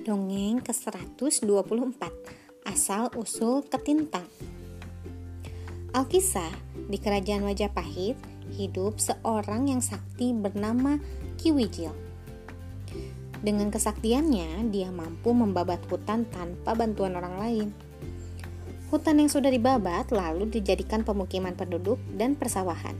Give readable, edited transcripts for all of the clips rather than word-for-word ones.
Dongeng ke-124, Asal-usul Ketintang. Alkisah, di kerajaan Majapahit, hidup seorang yang sakti bernama Ki Wijil. Dengan kesaktiannya, dia mampu membabat hutan tanpa bantuan orang lain. Hutan yang sudah dibabat lalu dijadikan pemukiman penduduk dan persawahan.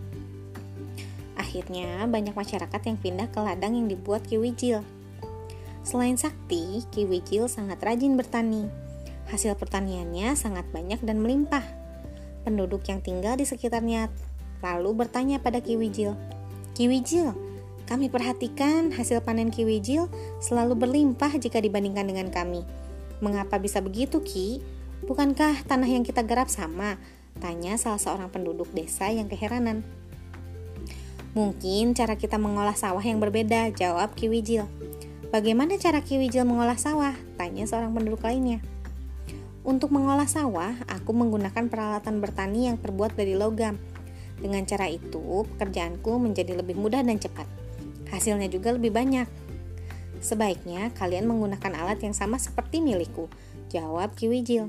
Akhirnya, banyak masyarakat yang pindah ke ladang yang dibuat Ki Wijil. Selain sakti, Ki Wijil sangat rajin bertani. Hasil pertaniannya sangat banyak dan melimpah. Penduduk yang tinggal di sekitarnya lalu bertanya pada Ki Wijil, "Ki Wijil, kami perhatikan hasil panen Ki Wijil selalu berlimpah jika dibandingkan dengan kami. Mengapa bisa begitu, Ki? Bukankah tanah yang kita garap sama?" tanya salah seorang penduduk desa yang keheranan. "Mungkin cara kita mengolah sawah yang berbeda," jawab Ki Wijil. "Bagaimana cara Ki Wijil mengolah sawah?" tanya seorang penduduk lainnya. "Untuk mengolah sawah, aku menggunakan peralatan bertani yang terbuat dari logam. Dengan cara itu, pekerjaanku menjadi lebih mudah dan cepat. Hasilnya juga lebih banyak." "Sebaiknya kalian menggunakan alat yang sama seperti milikku," jawab Ki Wijil.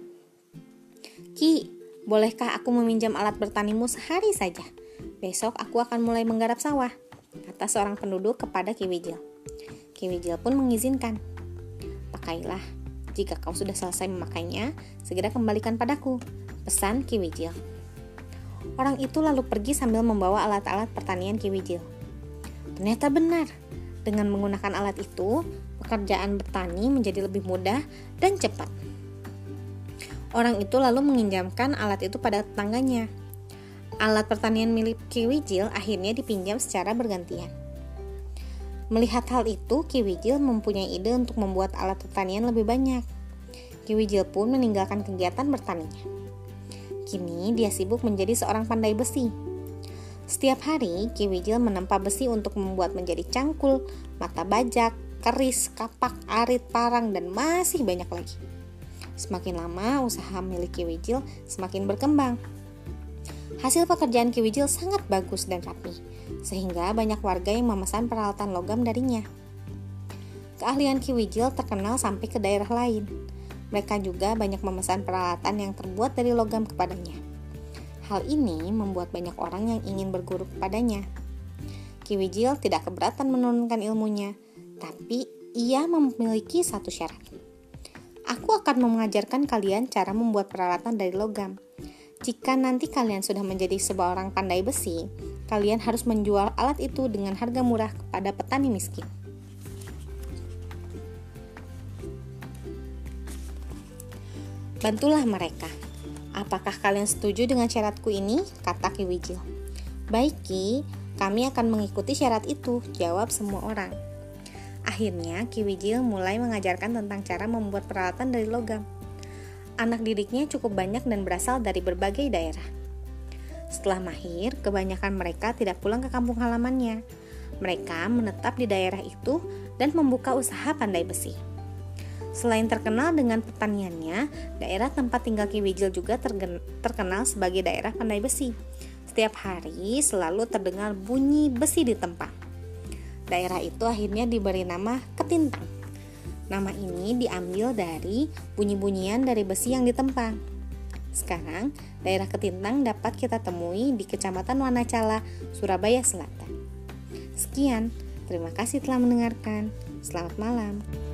"Ki, bolehkah aku meminjam alat bertanimu sehari saja? Besok aku akan mulai menggarap sawah," kata seorang penduduk kepada Ki Wijil. Ki Wijil pun mengizinkan. "Pakailah, jika kau sudah selesai memakainya, segera kembalikan padaku," pesan Ki Wijil. Orang itu lalu pergi sambil membawa alat-alat pertanian Ki Wijil. Ternyata benar, dengan menggunakan alat itu, pekerjaan bertani menjadi lebih mudah dan cepat. Orang itu lalu menginjamkan alat itu pada tetangganya. Alat pertanian milik Ki Wijil akhirnya dipinjam secara bergantian. Melihat hal itu, Ki Wijil mempunyai ide untuk membuat alat pertanian lebih banyak. Ki Wijil pun meninggalkan kegiatan bertaninya. Kini dia sibuk menjadi seorang pandai besi. Setiap hari, Ki Wijil menempa besi untuk membuat menjadi cangkul, mata bajak, keris, kapak, arit, parang, dan masih banyak lagi. Semakin lama, usaha milik Ki Wijil semakin berkembang. Hasil pekerjaan Ki Wijil sangat bagus dan rapi, sehingga banyak warga yang memesan peralatan logam darinya. Keahlian Ki Wijil terkenal sampai ke daerah lain. Mereka juga banyak memesan peralatan yang terbuat dari logam kepadanya. Hal ini membuat banyak orang yang ingin berguru kepadanya. Ki Wijil tidak keberatan menurunkan ilmunya, tapi ia memiliki satu syarat. "Aku akan mengajarkan kalian cara membuat peralatan dari logam. Jika nanti kalian sudah menjadi seorang pandai besi, kalian harus menjual alat itu dengan harga murah kepada petani miskin." "Bantulah mereka. Apakah kalian setuju dengan syaratku ini?" kata Ki Wijil. "Baik, Ki, kami akan mengikuti syarat itu," jawab semua orang. Akhirnya Ki Wijil mulai mengajarkan tentang cara membuat peralatan dari logam. Anak didiknya cukup banyak dan berasal dari berbagai daerah. Setelah mahir, kebanyakan mereka tidak pulang ke kampung halamannya. Mereka menetap di daerah itu dan membuka usaha pandai besi. Selain terkenal dengan pertaniannya, daerah tempat tinggal Ki Wijil juga terkenal sebagai daerah pandai besi. Setiap hari selalu terdengar bunyi besi ditempa. Daerah itu akhirnya diberi nama Ketintang. Nama ini diambil dari bunyi-bunyian dari besi yang ditempa. Sekarang, daerah Ketintang dapat kita temui di Kecamatan Wanacala, Surabaya Selatan. Sekian, terima kasih telah mendengarkan. Selamat malam.